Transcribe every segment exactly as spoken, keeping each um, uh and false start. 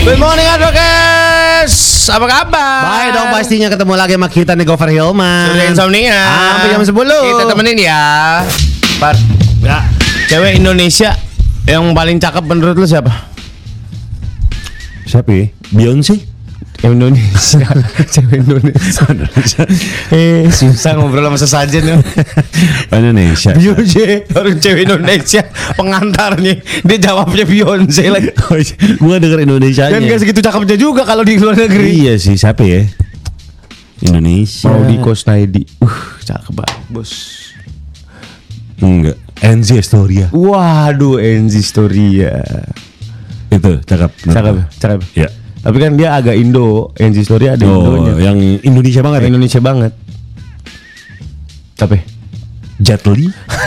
Good morning Advokes. Apa kabar? Baik dong, pastinya ketemu lagi sama kita nih Gofar Hilman. Sudah insomnia. Sampai jam sepuluh. Kita temenin ya. Par. Ya. Cewek Indonesia yang paling cakep menurut lu siapa? Siapa ya? Beyonce? Indonesia. Cewek Indonesia. Eh, susah ngobrol sama sesajen ya. Indonesia. Beyonce, orang cewek Indonesia pengantarnya. Dia jawabnya Beyonce lagi. Gua denger Indonesianya. Dan gak segitu cakepnya juga kalau di luar negeri. Iya sih, siapa ya? Indonesia. Maudi Kosnaidi. Uh, cakep banget, Bos. Enggak. Enzi Astoria. Waduh, Enzi Astoria. Itu cakep. Cakep, cakep. Ya. Tapi kan dia agak Indo, Enzi Astoria ada Oh, Indonya. yang Indonesia banget. Ya? Indonesia banget. Tapi Jet Li.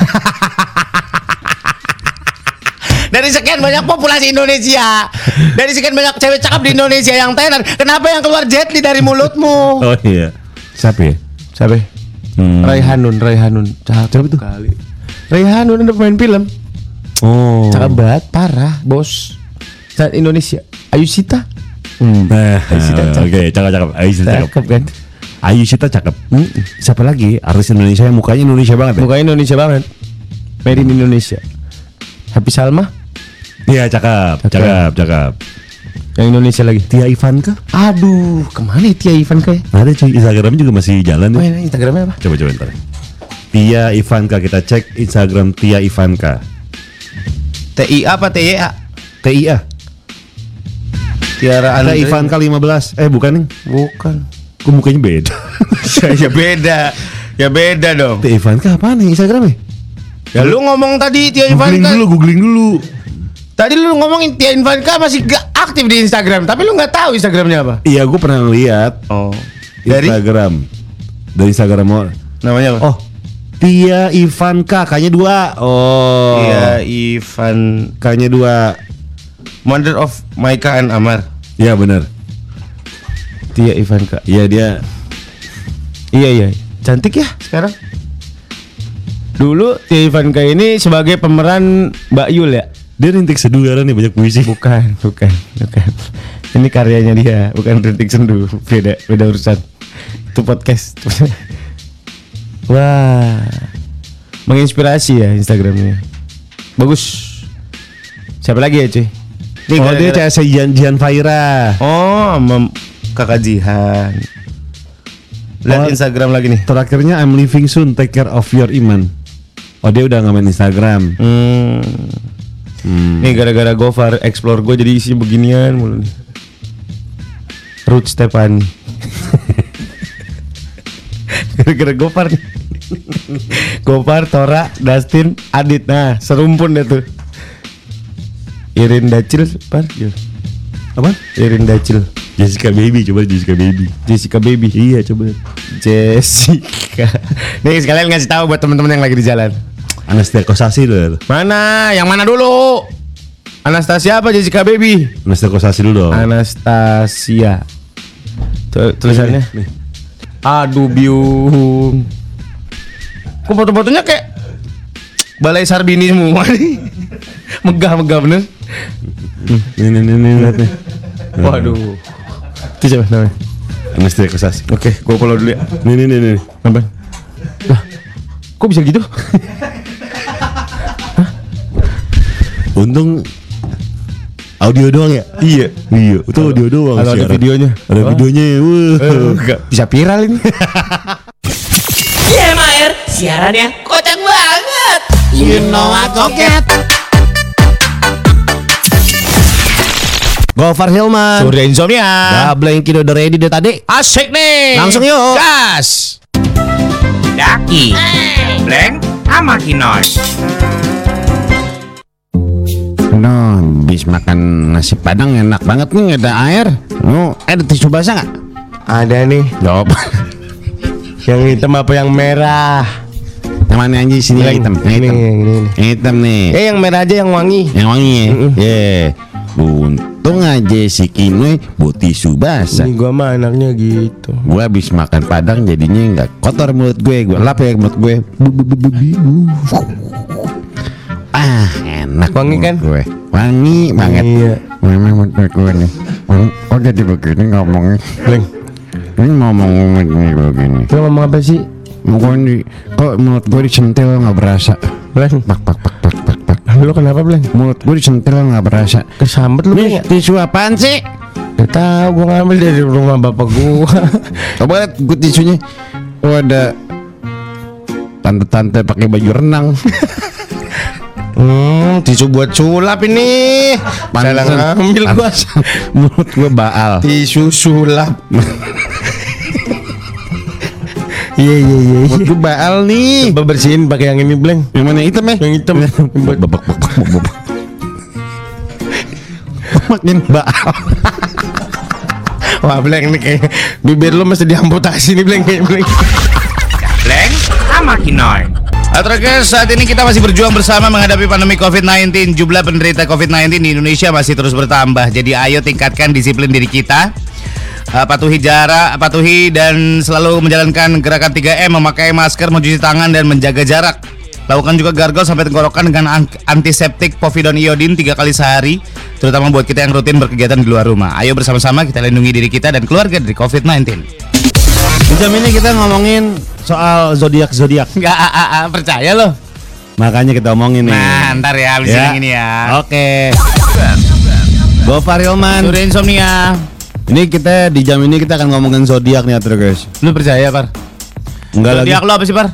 dari sekian banyak populasi Indonesia, dari sekian banyak cewek cakep di Indonesia yang tenar, kenapa yang keluar Jet Li dari mulutmu? Oh iya. Siapa ya? Siapa? Hmm. Raihanun, Raihanun. Cakep itu? kali. Raihanun ada pemain film. Oh. Cakep banget, parah, Bos. Saat Indonesia. Ayushita. Hmm. Nah, Ayushita cakep. Oke, cakep cakep. Ayushita cakep. Cakep kan? Ayushita cakep. Hmm. Siapa lagi? Artis Indonesia yang mukanya Indonesia banget. Ya? Mukanya Indonesia banget. Made in Indonesia. Happy Salma? Iya, cakep, Cakep. cakep, cakep. Yang Indonesia lagi. Tia Ivanka? Aduh, kemana ya Tia Ivanka ya? Ada cuy, Instagram juga masih jalan Oh, nih. ya, Instagramnya apa? Coba coba ntar. Tia Ivanka, kita cek Instagram Tia Ivanka. T I A apa T Y A? T I A. Tiara Tia Andre. Ivanka lima belas. Eh bukan nih. Bukan. Kok mukanya beda? Ya beda. Ya beda dong. Tia Ivanka apa nih Instagramnya? Ya lu ngomong tadi Tia Googling Ivanka. dulu, googling dulu. Tadi lu ngomongin Tia Ivanka masih gak aktif di Instagram, tapi lu nggak tahu Instagramnya apa? Iya, gue pernah lihat. Oh. Dari Instagram. Dari Instagram oh. namanya apa? Oh, Tia Ivanka, kayaknya dua. Oh. Tia Ivan, Kayaknya dua. mother of Maika and Amar. Iya benar. Tia Ivanka. Iya dia. Iya iya. Cantik ya sekarang. Dulu Tia Ivanka ini sebagai pemeran Mbak Yul ya. Dia rintik seduh karena nih banyak puisi. Bukan, bukan, bukan. Ini karyanya dia, bukan rintik sendu. Beda, beda urusan. Itu podcast. Wah, menginspirasi ya Instagramnya. Bagus. Siapa lagi ya cuy? Ini Oh dia gara-gara- C S Jian Jian Faira. Oh, sama kakak Jihan. Lihat Oh. Instagram lagi nih. Terakhirnya I'm leaving soon, take care of your iman. Oh dia udah nggak main Instagram. Hmm. Hmm. Nih gara-gara Gofar explore gue jadi isi beginian mulu nih. Ruth Stefani. Gara-gara Gofar nih. Gofar, Tora, Dustin, Adit. Nah, serumpun deh tuh. Irin Dacil, par. Apa? Irin Dacil. Jessica Baby, coba Jessica Baby. Jessica Baby. Iya coba. Jessica. Nih sekalian ngasih tahu buat teman-teman yang lagi di jalan. Anastasia Kosasi loh. Mana? Yang mana dulu? Anastasia apa Jessica Baby? Anastasia Kosasi dulu dong. Anastasia. Tuh, tulisannya. Nih, nih. Aduh biung. Kok foto-fotonya kayak Balai Sarbini semua nih. Megah-megah bener. Nih nih nih nih lihat nih. Waduh. Itu siapa namanya? Anastasia Kosasi. Oke, gua follow dulu ya. Nih nih nih nih. Apaan? Lah, kok bisa gitu? Untung audio doang ya? Iya. Iya, itu audio doang. Kalau ada siaran. videonya. Ada Wah. videonya. Wah. Eh, Gak bisa viral ini. Y M A R siarannya kocak banget. You know I get. Gofar Hilman. Surya Insomnia. Double yang kilo udah ready deh tadi. Asik nih. Langsung yuk. Gas. Daki, Blank, sama Kinos. No, bis makan nasi padang enak banget nih, ada air. No, ada tisu basah nggak? Ada nih. Jawab. Yang hitam apa yang merah? Yang mana anjing sini yang Yang hitam? Yang ini, hitam. yang ini, ini. Yang hitam nih. Eh yang merah aja yang wangi. Yang wangi ya. Mm-mm. Yeah. Untung aja si Kinoy buat tisu basah. Ini gua mah anaknya gitu. Gua habis makan padang jadinya nggak kotor mulut gue. Gue lap ya mulut gue. Bu, bu, bu, bu, bu. Ah enak Wangi mulut kan? gue. Wangi banget. Iya. Memang mulut gue nih. Oh, oh jadi begini ngomongnya. Bleng. Ini ngomong ini begini. Lu ngomong apa sih? Mau ini kok mulut gue disentil nggak berasa. Bleng. Pak pak pak pak pak pak. Lu kenapa, Bleng? Mulut gue disentil nggak berasa. Kesambet lu, Nih Bleng. tisu apaan sih? Gak tahu, gua ngambil dari rumah bapak gua. Coba lihat gue tisunya. Oh ada tante-tante pakai baju renang. Hmm, tisu buat sulap ini. Salah ngambil gua. Mulut gue baal. Tisu sulap. Iya iya iya. Mulut gue baal nih. Coba bersihin pakai yang ini, Bleng. Yang mana hitam ya? Yang hitam. Babak babak babak babak. Makin baal. Wah, Bleng nih kayak bibir lu mesti diamputasi nih, Bleng, kayak Bleng. Bleng sama Kinoy. Atrokers, saat ini kita masih berjuang bersama menghadapi pandemi covid sembilan belas. Jumlah penderita covid sembilan belas di Indonesia masih terus bertambah. Jadi ayo tingkatkan disiplin diri kita. Uh, patuhi jarak, patuhi dan selalu menjalankan gerakan tiga M, memakai masker, mencuci tangan dan menjaga jarak. Lakukan juga gargol sampai tenggorokan dengan antiseptik povidone iodin tiga kali sehari, terutama buat kita yang rutin berkegiatan di luar rumah. Ayo bersama-sama kita lindungi diri kita dan keluarga dari covid sembilan belas. Di jam ini kita ngomongin soal zodiak zodiak. Enggak a, a, a, percaya loh. Makanya kita omongin nih. Nah, ntar ya abis Ya. yang ini ya. Oke. Gofar Hilman. Sore insomnia. Ini kita di jam ini kita akan ngomongin zodiak nih, Atro guys. Lu percaya, Par? Enggak lagi. Zodiak lu apa sih, Par?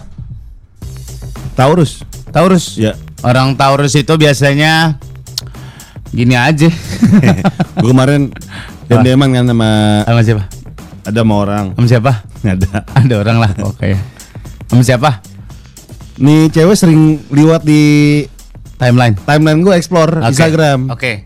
Taurus. Taurus. Ya. Orang Taurus itu biasanya gini aja. Gue kemarin dan deman kan sama Sama siapa? ada sama orang. Sama siapa? Nggak ada. Ada orang lah. Oke. Sama siapa? Nih cewek sering liwat di Timeline. timeline gue explore Oke. Instagram. Oke.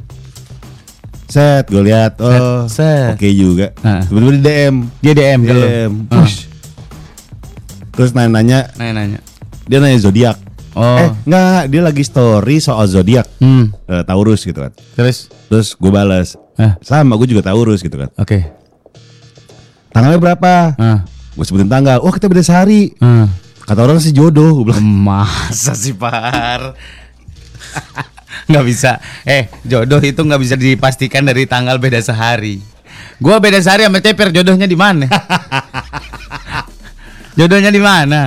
Set, gue lihat. Oh, Set. oke juga. Nah. Tiba-tiba di D M. Dia D M ke lu. D M. Ah. Push. Terus nanya-nanya, Nanya-nanya. dia nanya zodiak. Oh. Eh, enggak, dia lagi story soal zodiak. Hmm. Eh, Taurus gitu kan. Terus? Terus gue balas, Ah. sama gue juga Taurus gitu kan. Oke. Tanggalnya berapa? Ah. Gue sebutin tanggal. Oh, kita beda sehari. Ah. Kata orang sih jodoh. Gue bilang, Masa sih, Par? Nggak bisa. Eh, jodoh itu nggak bisa dipastikan dari tanggal beda sehari. Gua beda sehari sama Ceper, jodohnya di mana? Jodohnya di mana?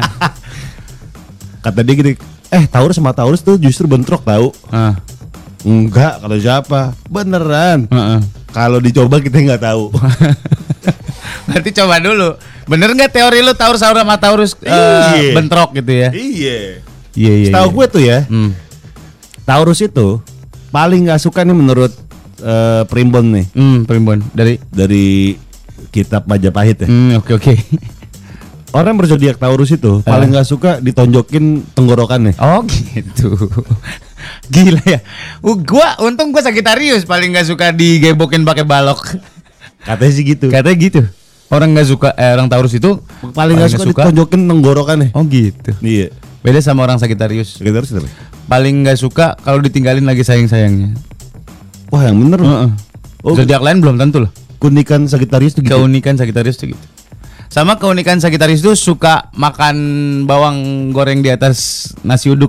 kata dia gini, eh Taurus sama Taurus tuh justru bentrok tahu. Ah. Enggak, kata siapa? Beneran. Heeh. Kalau dicoba kita nggak tahu. Berarti coba dulu. Bener nggak teori lu Taurus sama Taurus eh, Iya. bentrok gitu ya? Iya. Iya iya. Setahu iya. gue tuh ya, Hmm. Taurus itu paling nggak suka nih menurut eh, Primbon nih Hmm, primbon dari. dari kitab Majapahit ya. Hmm, oke oke. Orang berzodiak Taurus itu paling nggak suka ditonjokin tenggorokannya. Oh gitu. Gila ya. Uh, gua untung gua Sagitarius paling nggak suka digebokin pakai balok. Katanya sih gitu. Katanya gitu. Orang nggak suka eh, orang Taurus itu Paling nggak suka ditonjokin tenggorokannya. Oh gitu. Iya. Beda sama orang Sagitarius. Taurus itu. Paling nggak suka kalau ditinggalin lagi sayang-sayangnya. Wah, yang bener. Heeh. Oh, Zodiak lain belum tentu loh. keunikan Sagittarius tuh gitu. Keunikan Sagitarius itu gitu. Sama keunikan Sagitarius itu suka makan bawang goreng di atas nasi uduk.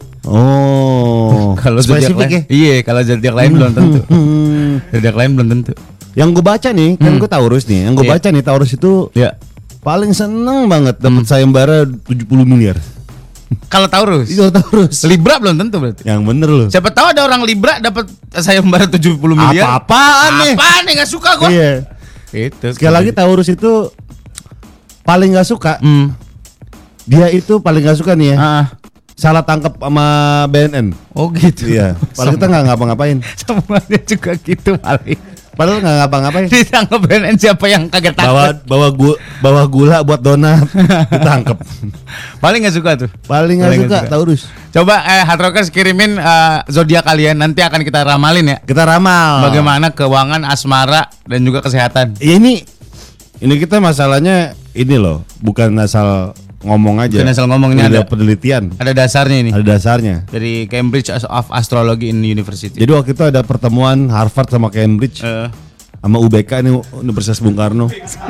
Oh. Kalau zodiak spesifik lain, ya. iya, kalau zodiak lain belum tentu. Hmm. Zodiak lain belum tentu. Yang gue baca nih, kan gue Taurus nih. Yang gue Iya. baca nih Taurus itu Ya. paling seneng banget dapat sayembara tujuh puluh miliar. Kalau Taurus. Itu Taurus. Libra belum tentu berarti. Yang bener loh. Siapa tahu ada orang Libra dapat sayembara tujuh puluh miliar. Apa-apaan nih? Apaan nih nggak suka gua. Iya. Itu. Sekali lagi Taurus itu paling nggak suka. Hmm. Dia itu paling nggak suka nih ya. Ah. Salah tangkap sama B N N. Oh gitu. Iya. Padahal kita nggak ngapa-ngapain. Semuanya juga gitu paling. Padahal nggak ngapa-ngapain. Ditangkap B N N siapa yang kaget Bawa takut. bawa gula, bawa gula buat donat. Ditangkap. Paling nggak suka tuh. Paling nggak Paling suka, nggak suka. Taurus. Coba eh Hard Rockers kirimin eh, zodiak kalian, nanti akan kita ramalin ya. Kita ramal. Bagaimana keuangan, asmara dan juga kesehatan. Ya ini ini kita masalahnya ini loh, bukan asal ngomong aja. Bukan asal ngomong, ini ada ada- penelitian, Ada dasarnya ini. ada dasarnya. Dari Cambridge of Astrology in University. Jadi waktu itu ada pertemuan Harvard sama Cambridge Eh, sama U B K ini Universitas Bung Karno.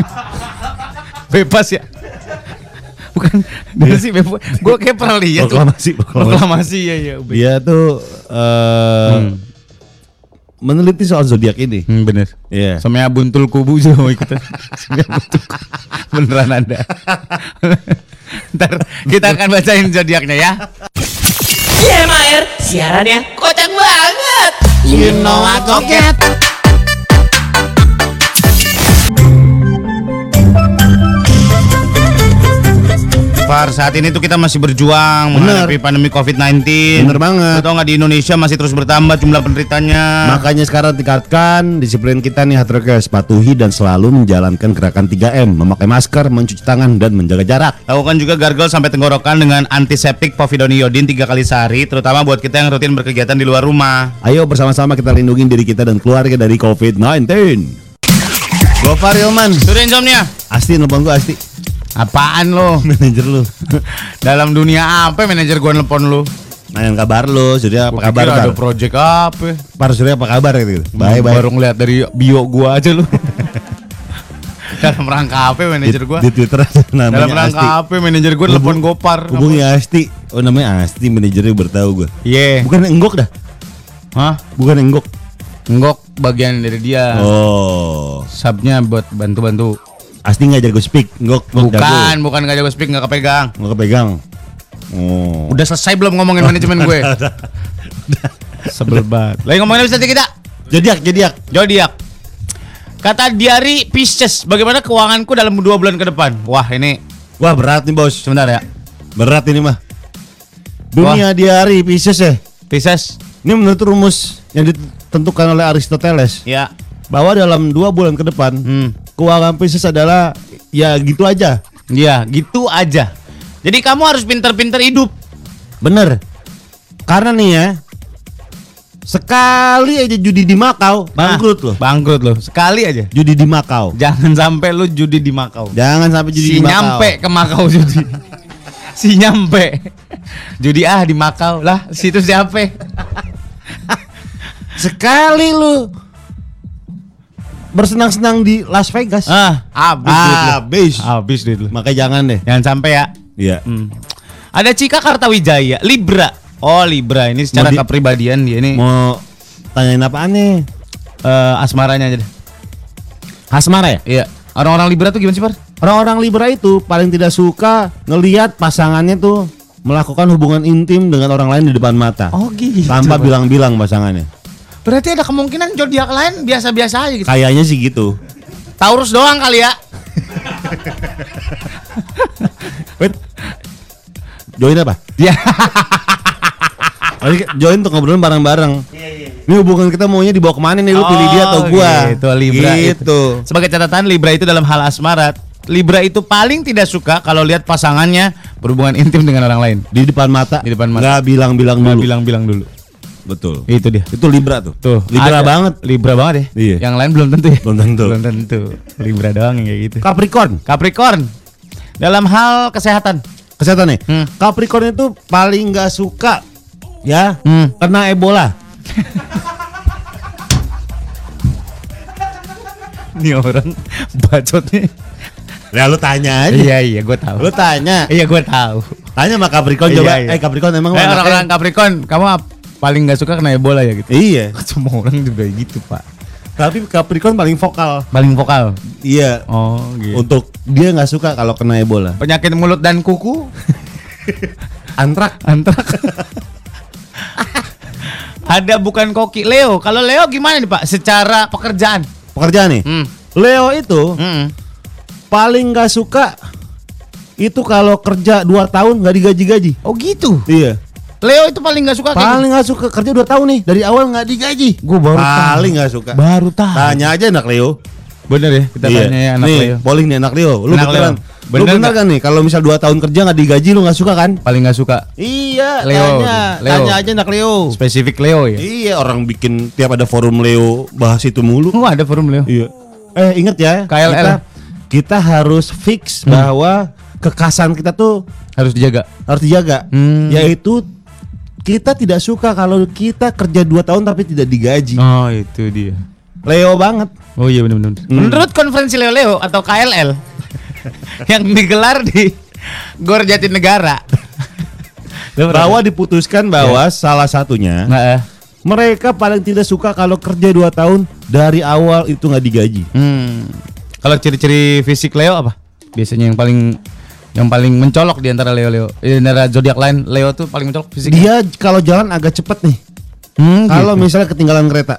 bebas ya. Bukan dari sih bebas. Gue kayak pernah lihat tuh. Proklamasi, proklamasi. Proklamasi ya ya. Dia tuh eh, meneliti soal zodiak ini. Hmm, bener. Iya. Sama buntul kubu juga mau ikutan. Semia buntul kubu. Beneran ada. Ntar kita akan bacain zodiaknya ya. Y M A R siarannya kocak banget. You know I go get. Far, saat ini tuh kita masih berjuang Bener. menghadapi pandemi covid sembilan belas. Bener banget. Lu tau nggak, di Indonesia masih terus bertambah jumlah penderitanya. Makanya sekarang tingkatkan disiplin kita nih Hardrockers, patuhi dan selalu menjalankan gerakan tiga M, memakai masker, mencuci tangan dan menjaga jarak. Lakukan juga gargle sampai tenggorokan dengan antiseptik povidone iodin tiga kali sehari, terutama buat kita yang rutin berkegiatan di luar rumah. Ayo bersama-sama kita lindungi diri kita dan keluarga dari covid sembilan belas. Gofar Ilman, Sudah insomnia. Asti nelfon gua Asti. Apaan lo? Manajer lu. Dalam dunia apa manajer gua nelpon lu? Nanyain kabar lu, Surya apa Gua kabar? pikir ada Par? project apa? Par Surya apa kabar gitu. Bye bye. Baru ngeliat dari bio gua aja lu. Dalam rangka apa manajer gua? Di, di Twitter namanya Dalam rangka Asti. apa manajer gua nelpon Gopar? Hubungi Asti. Oh namanya Asti, manajernya bertahu gua. Iya. Bukan Enggok dah. Hah? Bukan Enggok. Enggok bagian dari dia. Oh. Subnya buat bantu-bantu. Asti nggak jago speak. Enggok. Enggok Bukan, jago. bukan nggak jago speak, nggak kepegang. Nggak kepegang. Oh. Udah selesai belum ngomongin manajemen gue? Sebel banget. Lagi ngomongin episode kita. Jodiak, jodiak. Zodiak. Kata diari Pisces, bagaimana keuanganku dalam dua bulan ke depan? Wah, ini Wah berat nih bos. sebentar ya. Berat ini mah. Dunia diari Pisces ya. Pisces. Ini menurut rumus yang ditentukan oleh Aristoteles, Ya. bahwa dalam dua bulan ke depan Hmm. keuangan Pisces adalah ya gitu aja. Iya, gitu aja. Jadi kamu harus pinter-pinter hidup. Bener. Karena nih ya, sekali aja judi di Makau bangkrut Nah, loh. Bangkrut loh. Sekali aja. Judi di Makau. Jangan sampai lu judi di Makau. Jangan sampai judi Si di Makau. nyampe ke Makau judi. Si nyampe. Judi ah di Makau lah, situ siapa? Sekali lu bersenang-senang di Las Vegas. Ah, habis duit lu. Habis. Habis duit lu. Makanya jangan deh. Jangan sampai ya. Iya. Hmm. Ada Cika Kartawijaya, Libra. Oh, Libra ini secara Mau di- kepribadian dia ini Mau tanyain apaan nih? eh, asmaranya aja deh. Asmara ya? Iya. Orang-orang Libra tuh gimana sih, Par? Orang-orang Libra itu paling tidak suka ngelihat pasangannya tuh melakukan hubungan intim dengan orang lain di depan mata. Oh, gitu. Tanpa bilang-bilang pasangannya. Berarti ada kemungkinan zodiak lain biasa-biasa aja gitu. Kayaknya sih gitu. Taurus doang kali ya. Wait. Join apa? Ya. Oke, join untuk ngobrolin bareng-bareng. Ini hubungan kita maunya dibawa kemana nih? Lu pilih dia atau gua? Gitu, Libra Gitu. itu. Sebagai catatan, Libra itu dalam hal asmara, Libra itu paling tidak suka kalau lihat pasangannya berhubungan intim dengan orang lain. Di depan mata. Di depan mata. Nggak bilang-bilang Nggak dulu. bilang-bilang dulu. Betul. Itu dia. Itu Libra tuh. Tuh, Libra ada. banget. Libra banget ya. Iya. Yang lain belum tentu ya. Belum tentu. Belum tentu. Libra doang yang kayak gitu. Capricorn. Capricorn. Dalam hal kesehatan. Kesehatan nih. Hmm. Capricorn itu paling nggak suka ya Hmm. kena Ebola. Ini orang bacot nih. Ya lu tanya aja. Iya iya, gue tahu. Lu tanya. Iya, gue tahu. Tanya sama Capricorn Iya, coba. iya. Eh Capricorn emang Eh, anaknya- orang-orang Capricorn, kamu ap- paling nggak suka kena Ebola ya gitu. Iya. Semua orang juga gitu, Pak. Tapi Capricorn paling vokal. Paling vokal. Iya. Oh, gitu. Untuk dia nggak suka kalau kena Ebola. Penyakit mulut dan kuku, Antrak. antrak. Ada bukan koki Leo. Kalau Leo gimana nih, Pak? Secara pekerjaan. Pekerjaan nih. Hmm. Leo itu Hmm. paling nggak suka itu kalau kerja dua tahun nggak digaji-gaji. Oh, gitu. Iya. Leo itu paling nggak suka kayak Paling nggak suka kerja dua tahun nih dari awal nggak digaji. Gua baru tahu. paling nggak suka. Baru tahu. Tanya aja anak Leo. Bener ya, kita Iya. tanya ya anak nih, Leo. Polling nih anak Leo. Lu Anak beneran. Leo. Lu Bener bener nggak? kan nih kalau misal dua tahun kerja nggak digaji lu nggak suka kan? Paling nggak suka. Iya, Leo. tanya, Leo. tanya aja anak Leo. Spesifik Leo ya. Iya, orang bikin tiap ada forum Leo bahas itu mulu. Oh, ada forum Leo. Iya. Eh, inget ya, K L L. Kita, kita harus fix bahwa kekasan kita tuh Harus dijaga. harus dijaga. Hmm. Yaitu kita tidak suka kalau kita kerja dua tahun tapi tidak digaji. Oh, itu dia. Leo banget. Oh iya benar-benar. Menurut konferensi Leo Leo atau K L L yang digelar di Gor Jatinegara, Bahwa diputuskan bahwa salah satunya Nggak, eh. Mereka paling tidak suka kalau kerja dua tahun dari awal itu nggak digaji. Hmm. Kalau ciri-ciri fisik Leo apa? Biasanya yang paling yang paling mencolok di antara Leo Leo. Di antara zodiak lain, Leo tuh paling mencolok fisiknya. Dia kalau jalan agak cepet nih. Hmm, Kalau gitu. misalnya ketinggalan kereta.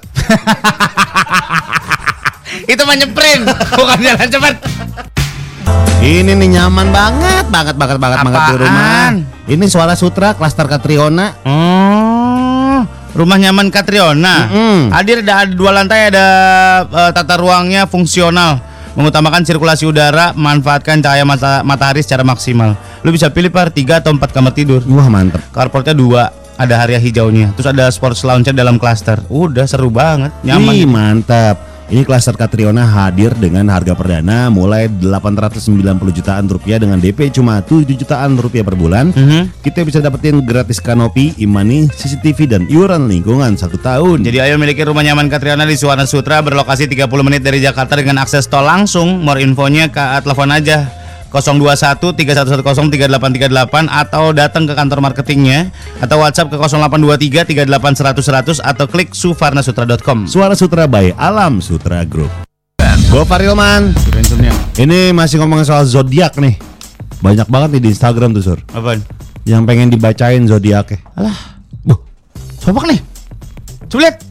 Itu mah nyeprin, bukan jalan cepat. Ini nih nyaman banget, banget, banget, banget, banget di rumah. Apaan? Ini Suara Sutra, klaster Catriona. Oh, rumah nyaman Catriona. Mm-mm. Hadir ada, ada dua lantai, ada uh, tata ruangnya fungsional, mengutamakan sirkulasi udara, memanfaatkan cahaya mata, matahari secara maksimal. Lu bisa pilih par tiga atau empat kamar tidur. Wah mantep. Carportnya dua, ada area hijaunya. Terus ada sports lounge dalam klaster. Udah seru banget, nyaman. Ih, mantap. Ini klaster Catriona hadir dengan harga perdana mulai delapan ratus sembilan puluh jutaan rupiah dengan D P cuma tujuh jutaan rupiah per bulan. Mhm. Kita bisa dapetin gratis kanopi, e-money, C C T V dan iuran lingkungan satu tahun. Jadi ayo miliki rumah nyaman Catriona di Suwana Sutra, berlokasi tiga puluh menit dari Jakarta dengan akses tol langsung. More infonya ke telepon aja nol dua satu tiga satu satu nol tiga delapan tiga delapan atau datang ke kantor marketingnya atau WhatsApp ke nol delapan dua tiga tiga delapan seratus seratus atau klik suvarnasutra dot com. Suara Sutra by Alam Sutra Group. Gue Farilman. Ini masih ngomongin soal zodiak nih. Banyak banget nih di Instagram tuh Sur, Apaan? yang pengen dibacain zodiaknya. Alah, buh, sopak nih. Coba lihat.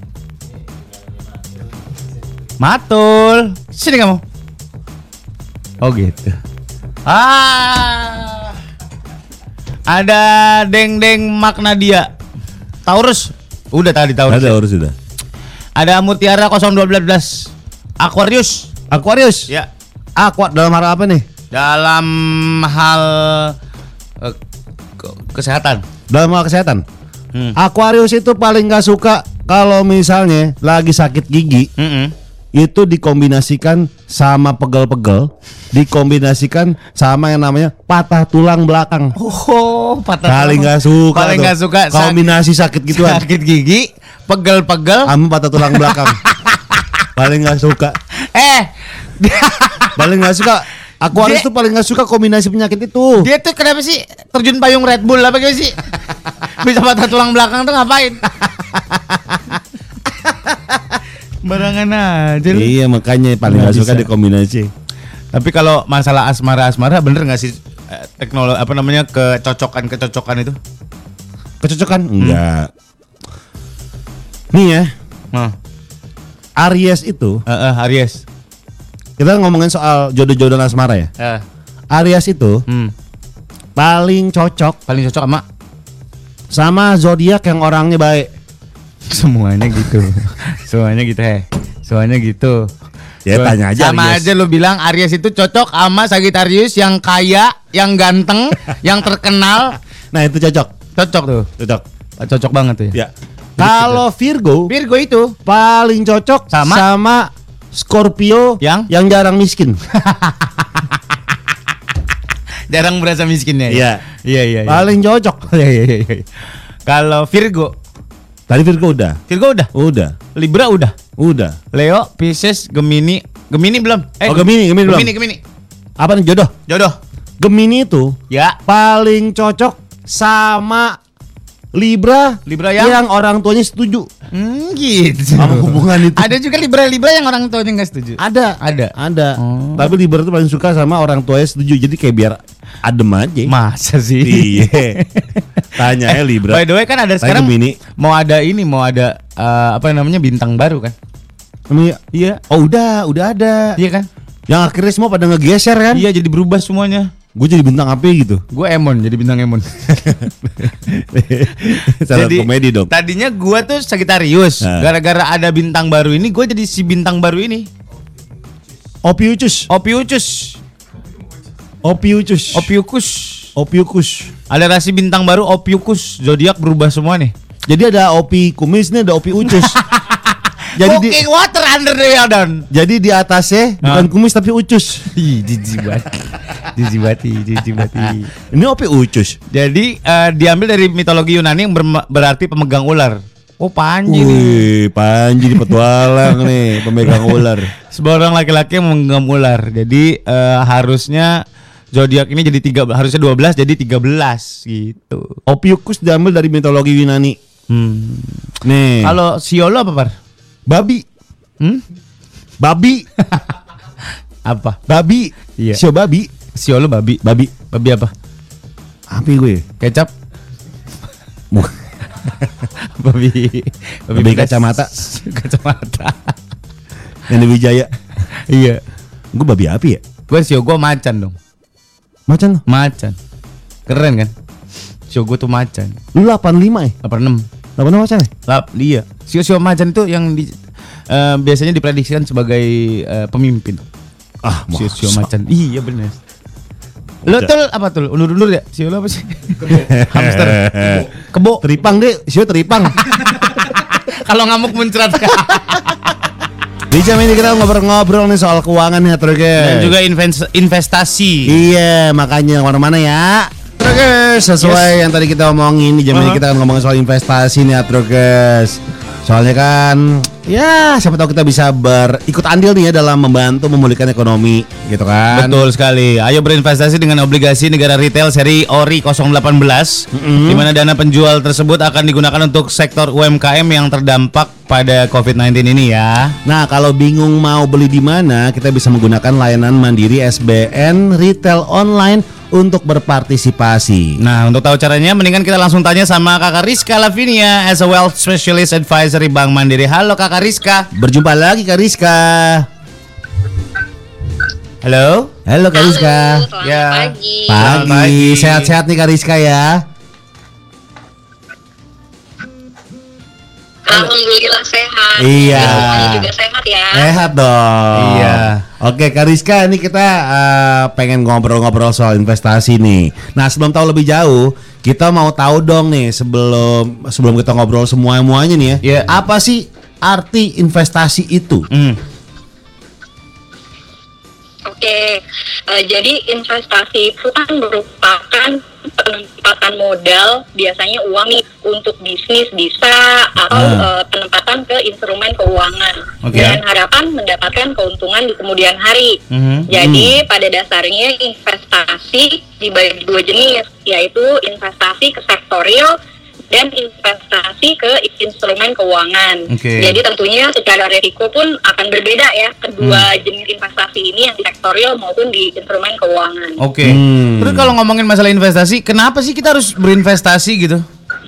Matul. Sini kamu. Oh gitu. Ah, ada deng-deng makna dia. Taurus, udah tadi Taurus. Ada urus sudah. Ada Mutiara nol dua belas. Aquarius. Aquarius. Ya, Aqua dalam hal apa nih? dalam hal eh, ke- kesehatan. Dalam hal kesehatan. Hmm. Aquarius itu paling gak suka kalau misalnya lagi sakit gigi. Mm-mm. Itu dikombinasikan sama pegel-pegel, dikombinasikan sama yang namanya patah tulang belakang. Oh, patah Paling tulang. nggak suka. Paling tuh. nggak suka sakit- kombinasi sakit gituan. sakit gigi, pegel-pegel. Sama patah tulang belakang. Paling nggak suka. Eh, Paling nggak suka. Aquarius Dia- tuh paling nggak suka kombinasi penyakit itu. dia tuh kenapa sih terjun payung Red Bull apa gitu sih? Bisa patah tulang belakang tuh ngapain? Barangan aja lu. Iya makanya paling Nggak nggak suka bisa. dikombinasi. Tapi kalau masalah asmara-asmara bener nggak sih eh, teknologi apa namanya kecocokan kecocokan itu? Kecocokan? Enggak. Nih ya, Nah, Aries itu eh, eh, Aries. kita ngomongin soal jodoh-jodohan asmara ya. Eh, Aries itu hmm, paling cocok paling cocok sama sama zodiak yang orangnya baik. semuanya gitu. Semuanya gitu heh. Semuanya gitu. Ya, Semua- tanya aja Sama Aries. aja lu bilang Aries itu cocok sama Sagittarius yang kaya, yang ganteng, yang terkenal. Nah itu cocok, Cocok tuh. cocok. Cocok banget tuh ya. Ya. Kalau Virgo Virgo itu paling cocok Sama? sama Scorpio Yang? yang jarang miskin. jarang berasa miskinnya. Iya. Iya iya. iya. Paling cocok. Iya iya iya. iya. Kalau Virgo, Tadi Virgo udah, Virgo udah, udah, Libra udah, udah. Leo, Pisces, Gemini, Gemini belum? Oh, Gemini, Gemini belum. Gemini, Gemini. Apa nih jodoh? Jodoh. Gemini itu Ya. paling cocok sama Libra, Libra yang? yang orang tuanya setuju. Hmm, gitu. Sama hubungan itu. Ada juga Libra-Libra yang orang tuanya nggak setuju. Ada, Ada. ada. Oh. Tapi Libra itu paling suka sama orang tuanya setuju. Jadi kayak biar adem aja. Masa sih? Iya. Tanya ya Libra. By the way kan ada Saya sekarang Gemini. mau ada ini, mau ada eh, apa namanya bintang baru kan? Namanya- Iya. Oh udah, udah ada. Iya kan? Yang akhirnya semua pada ngegeser kan? Iya jadi berubah semuanya. Gue jadi bintang apa gitu? Gue Emon jadi bintang Emon. Cara Jadi, komedi dong. Tadinya gua tuh Sagittarius. Nah. Gara-gara ada bintang baru ini, gue jadi si bintang baru ini. Opiucus. Opiucus. Opiucus. Opiucus. Opiucus. Ada rasi bintang baru Opiucus. Zodiak berubah semua nih. Jadi ada opi kumis nih, ada opi ucus. Jadi di, Cooking water under the Yaldan. jadi di atasnya bukan kumis tapi ucus. Ih, jijik banget. Jijik banget, jijik banget. Ini opi ucus. Jadi eh, diambil dari mitologi Yunani yang berma- berarti pemegang ular. Oh, Panji nih. Wih, Panji di petualang nih, pemegang ular. Sebuah orang laki-laki yang memegang ular. Jadi eh, harusnya zodiak ini jadi tiga, harusnya dua belas jadi tiga belas gitu. Opiucus diambil dari mitologi Yunani. Hmm. Nih. Kalau sio lo apa, Par? Babi. Hmm? Babi. Apa? Babi. Iya. Sio babi. Sio lo babi. Babi. Babi apa? Apa gue? Kecap. Mu- babi. Babi pedas. kacamata. Kacamata. Yang di Wijaya. Iya. Gue babi api ya? Gue sio gue macan dong. Macan lo? Macan. Keren kan? Sio gue tuh macan. Lu delapan puluh lima ya? delapan puluh enam. delapan puluh lima macan ya? Lap, iya. Sio-sio macan itu yang di, eh, biasanya diprediksikan sebagai eh, pemimpin. Ah, Sio-sio masa. macan. Iya benar. Lo Udah. tuh apa tuh? Undur-undur ya? Sio lo apa sih? Hamster. Kebo. Teripang deh, sio teripang. Kalau ngamuk muncrat. Di jam ini kita ngobrol-ngobrol nih soal keuangan ya, terus Dan juga invest- investasi. Iya, makanya kemana-mana ya. Terus sesuai Yes. yang tadi kita omongin di jam ini Uh-huh. kita akan ngomongin soal investasi nih, Atroges. Soalnya kan, ya siapa tahu kita bisa berikut andil nih ya dalam membantu memulihkan ekonomi, gitu kan? Betul sekali. Ayo berinvestasi dengan obligasi negara retail seri O R I nol delapan belas, Mm-mm. di mana dana penjual tersebut akan digunakan untuk sektor U M K M yang terdampak pada covid sembilan belas ini ya. Nah, kalau bingung mau beli di mana, kita bisa menggunakan layanan Mandiri S B N Retail Online untuk berpartisipasi. Nah, untuk tahu caranya, mendingan kita langsung tanya sama Kakak Rizka Lavinia as a Wealth Specialist Advisory Bank Mandiri. Halo Kakak Rizka. Berjumpa lagi Kak Rizka. Halo. Halo Kak Rizka. Selamat Ya. pagi. Selamat Pagi, pagi. sehat-sehat nih Kak Rizka ya. Alhamdulillah sehat. Iya. Semuanya juga sehat ya. Sehat dong. Iya. Oke Kak Rizka, ini kita eh, pengen ngobrol-ngobrol soal investasi nih. Nah, sebelum tahu lebih jauh, kita mau tahu dong nih sebelum sebelum kita ngobrol semua-muanya nih ya. Iya. Apa sih arti investasi itu? Hmm. Oke, eh, jadi investasi itu kan merupakan penempatan modal, biasanya uang nih untuk bisnis bisa atau Ah. eh, penempatan ke instrumen keuangan Oke. dengan harapan mendapatkan keuntungan di kemudian hari. Mhm. Jadi pada dasarnya investasi dibagi dua jenis, yaitu investasi ke sektor real dan investasi ke instrumen keuangan. Oke. Jadi tentunya secara risiko pun akan berbeda ya kedua jenis investasi ini, yang di sektor real maupun di instrumen keuangan. Oke. Hmm. Terus kalau ngomongin masalah investasi, kenapa sih kita harus berinvestasi gitu?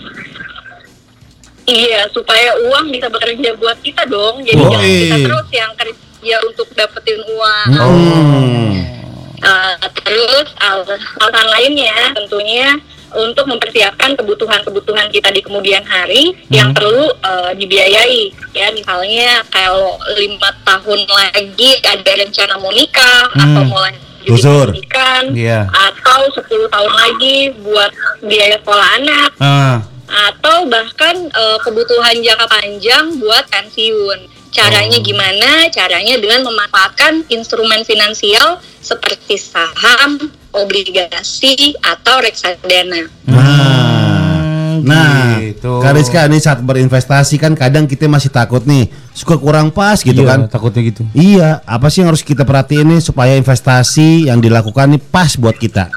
Iya, supaya uang bisa bekerja buat kita dong. Jadi Oh, jangan kita iya. terus yang kerja untuk dapetin uang. Hmm. Uh, terus al- alasan lainnya tentunya untuk mempersiapkan kebutuhan-kebutuhan kita di kemudian hari yang perlu uh, dibiayai, ya misalnya kalau lima tahun lagi ada rencana mau nikah Hmm. atau mau lanjut Gusur. pendidikan, Iya. atau sepuluh tahun lagi buat biaya sekolah anak, Ah. atau bahkan uh, kebutuhan jangka panjang buat pensiun. Caranya gimana? Caranya dengan memanfaatkan instrumen finansial seperti saham, obligasi, atau reksadana. Nah, nah, gitu. Kak Rizka nih saat berinvestasi kan kadang kita masih takut nih, suka kurang pas gitu Iya, kan? takutnya gitu. Iya, apa sih yang harus kita perhatiin nih supaya investasi yang dilakukan nih pas buat kita?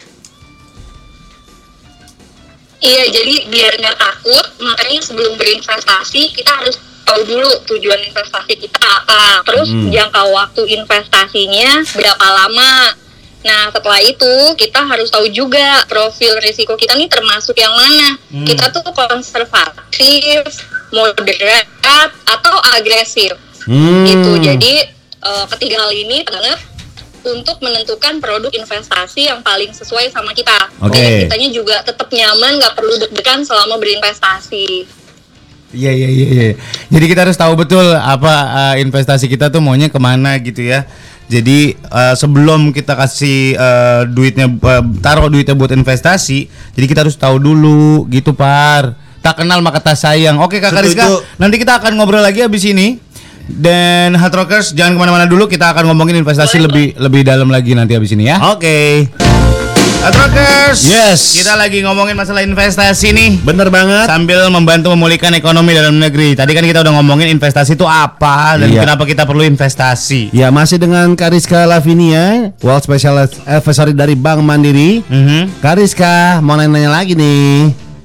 Iya, jadi biar nggak takut, makanya sebelum berinvestasi kita harus tahu dulu tujuan investasi kita apa. Terus jangka waktu investasinya berapa lama. Nah, setelah itu kita harus tahu juga profil risiko kita nih termasuk yang mana. Kita tuh konservatif, moderat, atau agresif. Hmm. Gitu. Jadi eh, ketiga hal ini banget untuk menentukan produk investasi yang paling sesuai sama kita. Oke. Dan kitanya juga tetap nyaman, nggak perlu deg-degan selama berinvestasi. Iya iya iya. iya. Jadi kita harus tahu betul apa uh, investasi kita tuh maunya kemana gitu ya. Jadi uh, sebelum kita kasih uh, duitnya uh, taruh duitnya buat investasi, jadi kita harus tahu dulu gitu Par. Tak kenal maka tak sayang. Oke Kakak Rizka, Setuju. nanti kita akan ngobrol lagi habis ini. Dan Hard Rockers jangan kemana-mana dulu, kita akan ngomongin investasi lebih lebih dalam lagi nanti habis ini ya. Oke, Hard Rockers, Yes. kita lagi ngomongin masalah investasi nih. bener banget. Sambil membantu memulihkan ekonomi dalam negeri. Tadi kan kita udah ngomongin investasi itu apa dan Iya. kenapa kita perlu investasi. Ya, masih dengan Kak Rizka Lavinia, Wealth Specialist Advisory dari Bank Mandiri. Mhm. Kak Rizka, mau nanya-nanya lagi nih.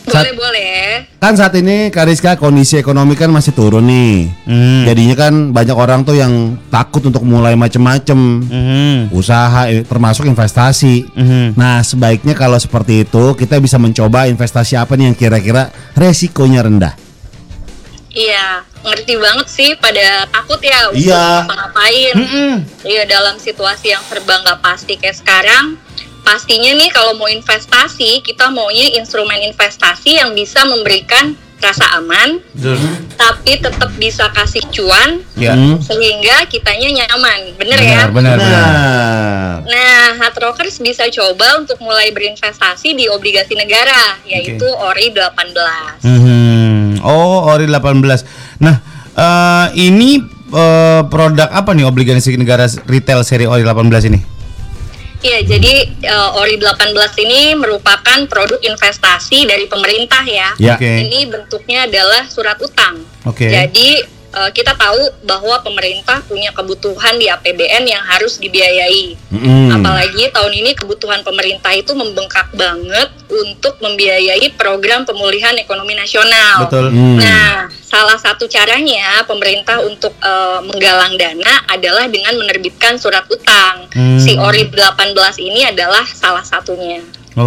Saat- Boleh, boleh. Kan saat ini Kak Rizka kondisi ekonomi kan masih turun nih. Hmm. Jadinya kan banyak orang tuh yang takut untuk mulai macem-macem Mhm. usaha eh, termasuk investasi. Mhm. Nah, sebaiknya kalau seperti itu kita bisa mencoba investasi apa nih yang kira-kira resikonya rendah. Iya, ngerti banget sih pada takut ya untuk Iya. ngapain. Mm-mm. Iya, dalam situasi yang serba nggak pasti kayak sekarang, pastinya nih kalau mau investasi, kita maunya instrumen investasi yang bisa memberikan rasa aman, Betul. tapi tetap bisa kasih cuan, Ya. Hmm. sehingga kitanya nyaman. Bener, Benar, ya? benar, benar. Nah, Nah, Hard Rockers bisa coba untuk mulai berinvestasi di obligasi negara, yaitu O R I delapan belas. Mhm. Oh, Ori delapan belas. Nah, eh, ini eh, produk apa nih obligasi negara retail seri Ori delapan belas ini? Iya, jadi uh, O R I delapan belas ini merupakan produk investasi dari pemerintah ya. Ya. Oke. Ini bentuknya adalah surat utang. Oke. Jadi uh, kita tahu bahwa pemerintah punya kebutuhan di A P B N yang harus dibiayai. mm-mm. Apalagi tahun ini kebutuhan pemerintah itu membengkak banget untuk membiayai program pemulihan ekonomi nasional. Betul. Hmm. Nah, salah satu caranya pemerintah untuk uh, menggalang dana adalah dengan menerbitkan surat utang. Hmm. Si O R I delapan belas ini adalah salah satunya.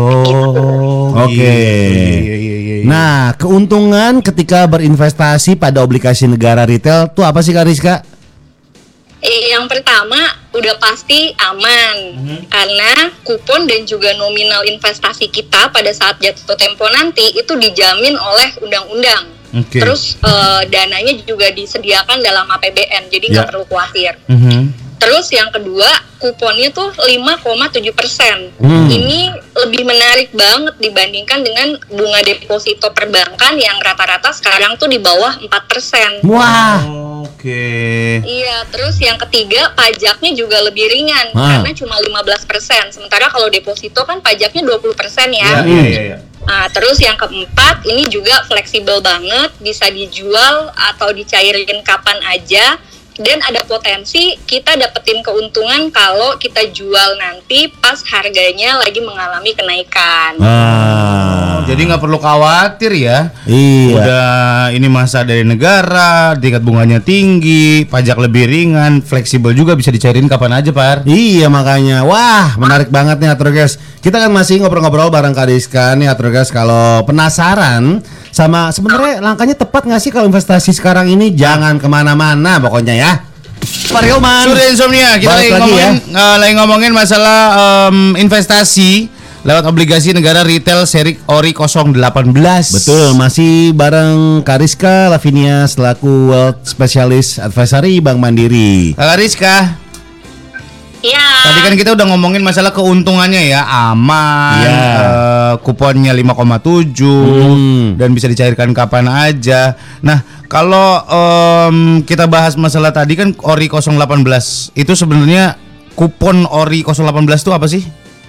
Oh, Oke. gitu. Iya, iya, iya, iya. Nah, keuntungan ketika berinvestasi pada obligasi negara retail tuh apa sih Kak Rizka? Eh, yang pertama udah pasti aman karena kupon dan juga nominal investasi kita pada saat jatuh tempo nanti itu dijamin oleh undang-undang. Oke. Terus eh, dananya juga disediakan dalam A P B N, jadi nggak Ya. perlu khawatir. Mhm. Terus yang kedua, kuponnya tuh lima koma tujuh persen. Hmm. Ini lebih menarik banget dibandingkan dengan bunga deposito perbankan yang rata-rata sekarang tuh di bawah empat persen. Wah. Oke. Iya, terus yang ketiga pajaknya juga lebih ringan Ah. karena cuma lima belas persen. Sementara kalau deposito kan pajaknya dua puluh persen Iya, ya. iya, iya, iya. Nah, terus yang keempat ini juga fleksibel banget, bisa dijual atau dicairin kapan aja. Dan ada potensi kita dapetin keuntungan kalau kita jual nanti pas harganya lagi mengalami kenaikan. Ah. Jadi nggak perlu khawatir ya. Iya. Udah ini masa dari negara, tingkat bunganya tinggi, pajak lebih ringan, fleksibel juga bisa dicairin kapan aja, Par. Iya makanya, wah menarik banget nih Atrogas. Kita kan masih ngobrol-ngobrol bareng Kak Rizka nih Atrogas. Kalau penasaran sama sebenarnya langkahnya tepat nggak sih kalau investasi sekarang ini? Jangan kemana-mana pokoknya ya. Pak Hilman. Surya Insomnia, kita lagi Balik lagi ngomongin ya. eh, lagi ngomongin masalah em, investasi lewat obligasi negara retail seri Ori nol delapan belas. Betul, masih bareng Kak Rizka Lavinia selaku Wealth Specialist Advisory Bank Mandiri. Kak Rizka, Iya. tadi kan kita udah ngomongin masalah keuntungannya ya, aman, Iya. eh, kuponnya lima koma tujuh Hmm. dan bisa dicairkan kapan aja. Nah, kalau em, kita bahas masalah tadi kan Ori nol delapan belas itu sebenarnya kupon Ori nol delapan belas itu apa sih?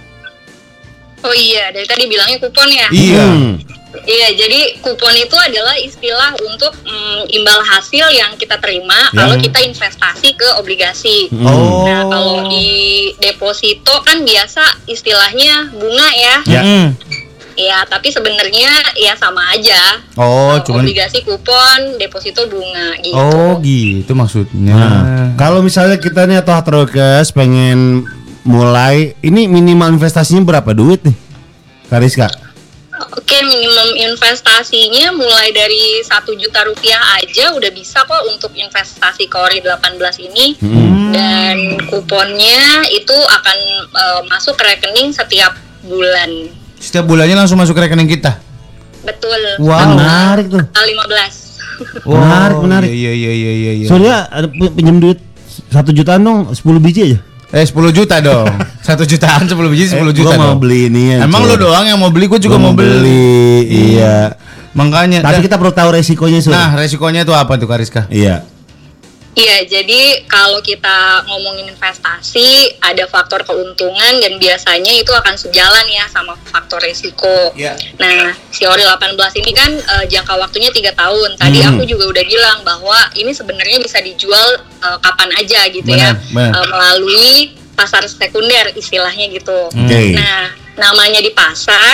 Oh iya, dari tadi bilangnya kupon ya. Iya. Hmm. Iya, jadi kupon itu adalah istilah untuk mm, imbal hasil yang kita terima Ya. kalau kita investasi ke obligasi. Oh. Nah, kalau di deposito kan biasa istilahnya bunga ya. Ya. Mm. Iya, tapi sebenarnya ya sama aja. Oh, Eh, cuman obligasi kupon, deposito bunga gitu. oh gitu maksudnya. Nah, kalau misalnya kita nih atau Atrogas pengen mulai, ini minimal investasinya berapa duit nih, Kak Rizka? Oke, minimum investasinya mulai dari satu juta rupiah aja udah bisa kok untuk investasi ke Ori delapan belas ini. Hmm. Dan kuponnya itu akan eh, masuk ke rekening setiap bulan. Setiap bulannya langsung masuk ke rekening kita. Betul. Wow. Menarik tuh. Tanggal lima belas. Menarik, menarik. Iya iya iya iya iya. Soalnya ada p- pinjam duit satu jutaan dong, sepuluh biji aja. Eh sepuluh juta dong. Satu jutaan sepuluh biji sepuluh juta Gua mau dong. beli ini ya. Emang Cur. lu doang yang mau beli, gue juga Gua mau beli. Iya. Makanya. Tapi dah. kita perlu tahu resikonya, Sur. Nah, resikonya itu apa tuh, Kak Rizka? Iya. Iya, jadi kalau kita ngomongin investasi, ada faktor keuntungan dan biasanya itu akan sejalan ya sama faktor resiko. Iya. Nah, si Ori delapan belas ini kan eh, jangka waktunya tiga tahun. Tadi Hmm. aku juga udah bilang bahwa ini sebenarnya bisa dijual eh, kapan aja gitu Benar, ya. benar. Eh, melalui pasar sekunder istilahnya gitu. Oke. Nah, namanya di pasar,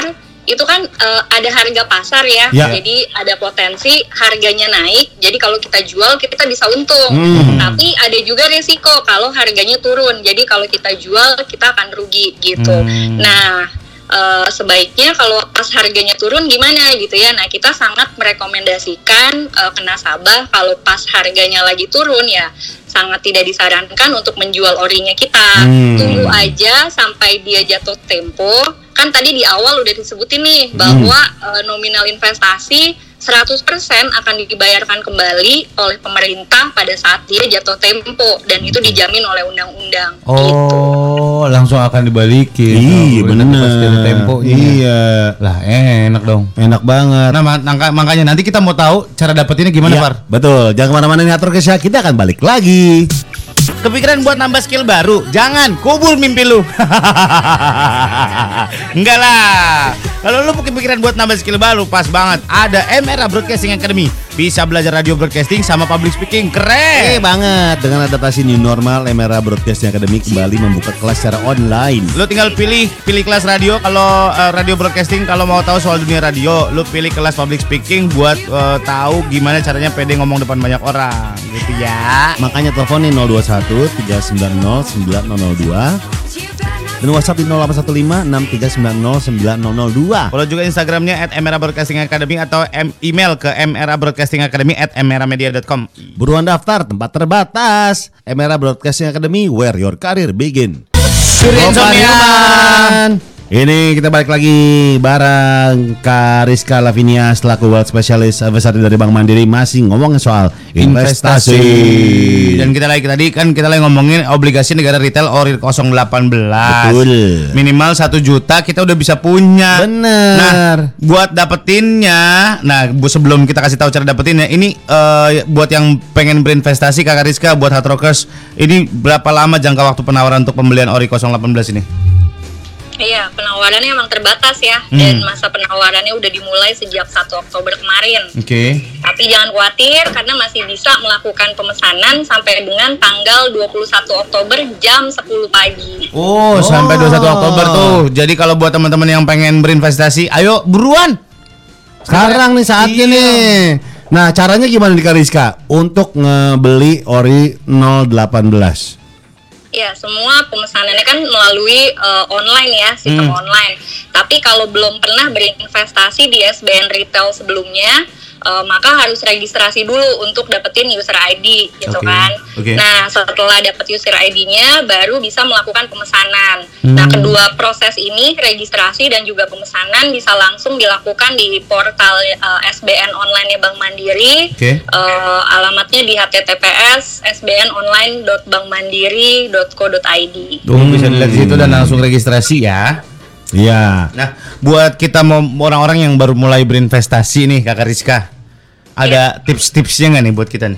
itu kan uh, ada harga pasar ya, Ya. jadi ada potensi harganya naik. Jadi kalau kita jual kita bisa untung, Hmm. tapi ada juga risiko kalau harganya turun. Jadi kalau kita jual kita akan rugi gitu. Hmm. Nah, uh, sebaiknya kalau pas harganya turun gimana gitu ya. Nah, kita sangat merekomendasikan uh, ke nasabah kalau pas harganya lagi turun ya sangat tidak disarankan untuk menjual orinya kita. Hmm. Tunggu aja sampai dia jatuh tempo. Kan tadi di awal udah disebutin nih bahwa uh, nominal investasi seratus persen akan dibayarkan kembali oleh pemerintah pada saat dia jatuh tempo dan itu dijamin oleh undang-undang. Gitu. Oh, langsung akan dibalikin. Iya Oh, udah bener. pas dari temponya. Iya. Lah enak dong. Enak banget. Nah, ma- nangka- makanya nanti kita mau tahu cara dapetinnya gimana, Iya, Far? betul. Jangan kemana-mana nih Atrokes ya. Kita akan balik lagi. Kepikiran buat nambah skill baru? Jangan, kubur mimpi lu. Enggak lah. Kalau lu kepikiran buat nambah skill baru, pas banget. Ada M R A Broadcasting Academy. Bisa belajar radio broadcasting sama public speaking. Eh Keren. banget. Dengan adaptasi new normal, M R A Broadcasting Academy kembali membuka kelas secara online. Lu tinggal pilih pilih kelas radio kalau uh, radio broadcasting. Kalau mau tahu soal dunia radio, lu pilih kelas public speaking buat uh, tahu gimana caranya pede ngomong depan banyak orang, gitu ya. Makanya teleponin nol dua satu tiga sembilan nol sembilan nol nol dua dan WhatsApp di nol delapan satu lima enam tiga sembilan nol sembilan nol nol dua. Follow juga Instagramnya at M R A Broadcasting Academy atau em- email ke m r a broadcasting academy at m r a media dot com. Buruan daftar, tempat terbatas. M R A Broadcasting Academy, where your career begin. Surya Insomnia. Gopar. Ini kita balik lagi bareng Kariska Lavinia selaku Wealth Specialist Advisor dari Bank Mandiri, masih ngomongin soal investasi. Dan kita lagi tadi kan kita lagi ngomongin obligasi negara retail O R I nol delapan belas. Betul. Minimal satu juta kita udah bisa punya. Bener. Nah, buat dapetinnya, nah bu- sebelum kita kasih tahu cara dapetinnya, ini eh, buat yang pengen berinvestasi Kak Kariska, buat Hard Rockers, ini berapa lama jangka waktu penawaran untuk pembelian O R I nol delapan belas ini? Iya, penawarannya emang terbatas ya, Hmm. dan masa penawarannya udah dimulai sejak satu Oktober kemarin. Oke. Tapi jangan khawatir karena masih bisa melakukan pemesanan sampai dengan tanggal dua puluh satu Oktober jam sepuluh pagi. Oh, sampai dua puluh satu Oktober tuh. Jadi kalau buat teman-teman yang pengen berinvestasi, ayo buruan. Sekarang nih saatnya Iya. nih. Nah, caranya gimana nih Kariska untuk ngebeli O R I nol delapan belas? Ya, semua pemesanannya kan melalui uh, online ya, sistem Hmm. online. Tapi kalau belum pernah berinvestasi di S B N Retail sebelumnya, uh, maka harus registrasi dulu untuk dapetin user I D gitu Oke, kan. oke. Nah, setelah dapet user I D-nya baru bisa melakukan pemesanan. Hmm. Nah, kedua proses ini, registrasi dan juga pemesanan bisa langsung dilakukan di portal uh, S B N online-nya Bank Mandiri. Oke. Uh, alamatnya di h t t p s s b n online dot bank mandiri dot co dot i d. Tuh bisa dilihat di situ dan langsung registrasi ya. Iya. Nah, buat kita mau orang-orang yang baru mulai berinvestasi nih Kak Rizka, ada tips-tipsnya nggak nih buat kita nih?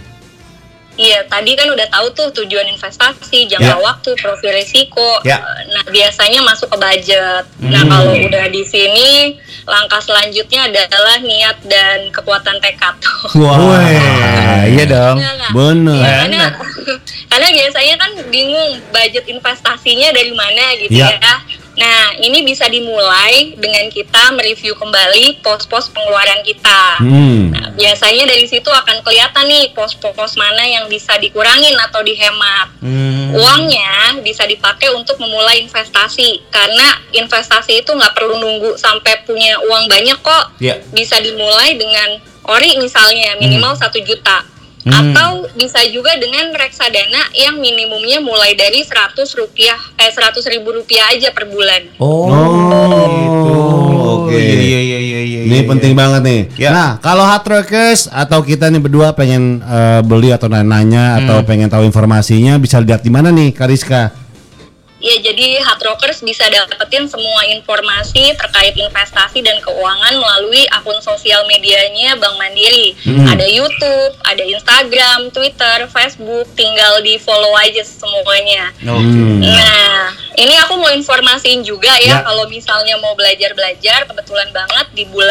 Iya, tadi kan udah tahu tuh tujuan investasi, jangka Ya. waktu, profil risiko. Ya. Nah, biasanya masuk ke budget. Nah, Hmm. kalau udah di sini, langkah selanjutnya adalah niat dan kekuatan tekad. Wah, iya dong. Iya nggak? Bener. Iya, karena, karena biasanya kan bingung budget investasinya dari mana gitu Ya. ya. Nah, ini bisa dimulai dengan kita mereview kembali pos-pos pengeluaran kita. Hmm. Nah, biasanya dari situ akan kelihatan nih pos-pos mana yang bisa dikurangin atau dihemat. Hmm. Uangnya bisa dipakai untuk memulai investasi, karena investasi itu nggak perlu nunggu sampai punya uang banyak kok. Ya. Bisa dimulai dengan O R I misalnya minimal satu juta. Hmm. Atau bisa juga dengan reksadana yang minimumnya mulai dari seratus rupiah, eh seratus ribu rupiah aja per bulan. Oh, gitu. Oke. Iya iya iya iya. iya, Ini iya. penting banget nih. Ya. Nah, kalau Hard Rockers atau kita nih berdua pengen eh, beli atau nanya atau Hmm. pengen tahu informasinya, bisa lihat di mana nih Kariska? Ya, jadi Hard Rockers bisa dapetin semua informasi terkait investasi dan keuangan melalui akun sosial medianya Bank Mandiri. Hmm. Ada YouTube, ada Instagram, Twitter, Facebook, tinggal di follow aja semuanya. Oke. Hmm. Nah, ini aku mau informasiin juga Ya. ya, kalau misalnya mau belajar-belajar, kebetulan banget di bulan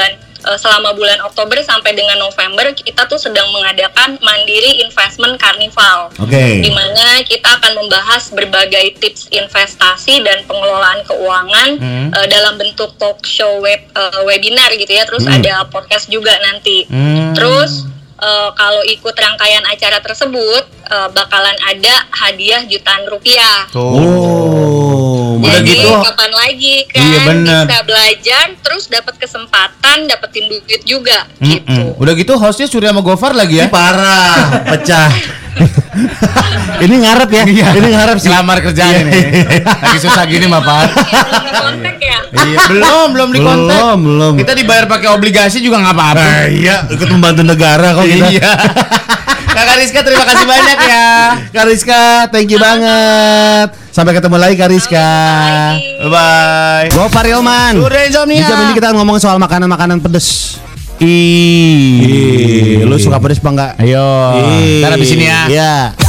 uh, selama bulan Oktober sampai dengan November kita tuh sedang mengadakan Mandiri Investment Carnival. Oke. Okay. Di mana kita akan membahas berbagai tips investasi dan pengelolaan keuangan hmm. uh, dalam bentuk talk show web uh, webinar gitu ya. Terus hmm. ada podcast juga nanti. Hmm. Terus uh, kalau ikut rangkaian acara tersebut uh, bakalan ada hadiah jutaan rupiah. Oh, udah jadi gitu. kapan lagi kan Iya, bener. bisa belajar terus dapat kesempatan dapetin duit juga Mm-mm. gitu. Udah gitu hostnya Surya sama Gofar lagi ya. Ih, parah, pecah. Ini ngarep ya, ini ngarep sih. Lamar kerjaan ini. Lagi susah gini mah Pak. Kontak ya. Iya, belum belum dikontak. Belum, belum. Kita dibayar pakai obligasi juga nggak apa-apa. Nah, iya, ikut membantu negara kok kita. Iya. Kakak Rizka terima kasih banyak ya. Kak Rizka, thank you banget. Sampai ketemu lagi Kak Rizka. Bye bye. Gofar Hilman. Surya Insomnia. Di jam ini kita ngomong soal makanan-makanan pedes. Ih, Lu suka pedes apa enggak? Ayo. Ih. Ntar abis ini ya. Iya.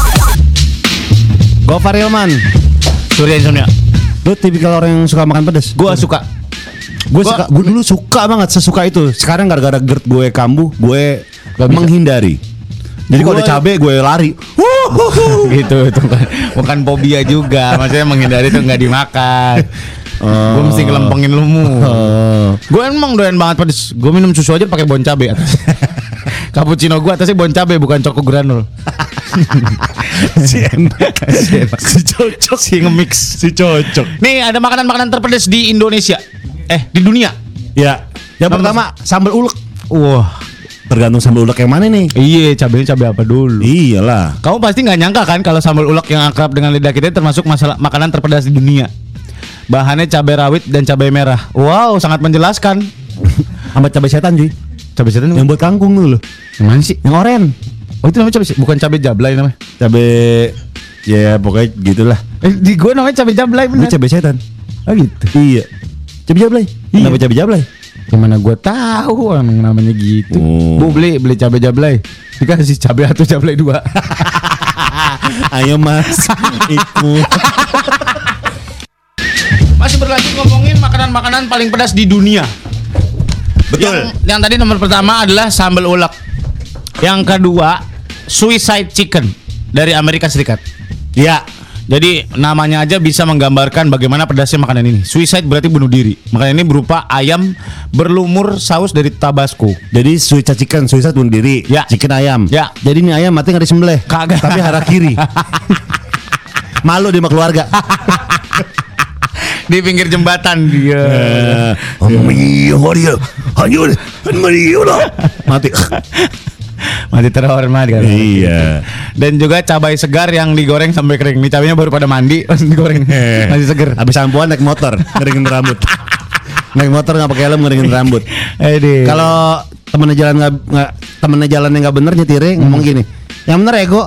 Gofar Hilman. Surya Insomnia. Lu tipikal orang yang suka makan pedes? Gua suka. Gue Gua- suka, gue dulu suka banget, sesuka itu. Sekarang gara-gara GERD gue kambuh, gue Gak bisa. menghindari. Jadi kalau Gua- ada cabe gue lari. Gitu itu bukan, bukan fobia juga. Maksudnya menghindari itu nggak dimakan. Gue mesti ngelempengin lu mu. Oh. Gue emang doyan banget pedes. Gue minum susu aja pakai bon cabe atas. Cappuccino gue atasnya bon cabe bukan coko granul. Si enak, si enak. Si cocok, Si nge-mix. si cocok. Nih ada makanan-makanan terpedes di Indonesia. Eh di dunia. Ya, yang pertama sambal ulek. Wah. Tergantung sambal ulek yang mana nih? Iya cabenya cabai apa dulu? Iyalah. Kamu pasti nggak nyangka kan kalau sambal ulek yang akrab dengan lidah kita termasuk masalah makanan terpedas di dunia. Bahannya cabai rawit dan cabai merah. Wow, sangat menjelaskan. Sama cabai setan cuy. Cabai setan Yang buat kangkung dulu. yang mana sih? Yang oren. Oh itu namanya cabai se- bukan cabai jablay namanya. Cabai ya pokoknya gitulah. Eh, di gua namanya cabai jablay Ini bener. cabai setan. Oh gitu. Iya. Cabai jablay. Iya. Kenapa cabai jablay? Gimana gua tahu emang namanya gitu. Oh. Bu beli beli cabai jablay. Dikasih cabai atau jablay dua. Ayo Mas, ikut. Masih berlanjut ngomongin makanan-makanan paling pedas di dunia. Betul. Yang, yang tadi nomor pertama adalah sambal ulek. Yang kedua suicide chicken dari Amerika Serikat. Ya. Jadi namanya aja bisa menggambarkan bagaimana pedasnya makanan ini. Suicide berarti bunuh diri. Makanan ini berupa ayam berlumur saus dari Tabasco. Jadi suicide chicken, suicide bunuh diri. Ya. Chicken ayam. Ya. Jadi ini ayam mati nggak disembelih. Kagak. Tapi hara kiri. Malu dia sama keluarga. Di pinggir jembatan dia. Mati. Mati terhormat kan. Iya. Dan juga cabai segar yang digoreng sampai kering. Nih cabainya baru pada mandi, langsung digoreng. Masih seger. Habis sampoan naik motor, ngeringin rambut. Naik motor nggak pakai helm ngeringin rambut. Eh deh. Kalau temennya jalan nggak nggak temennya jalan yang nggak bener nyetirnya ngomong gini, yang bener ego.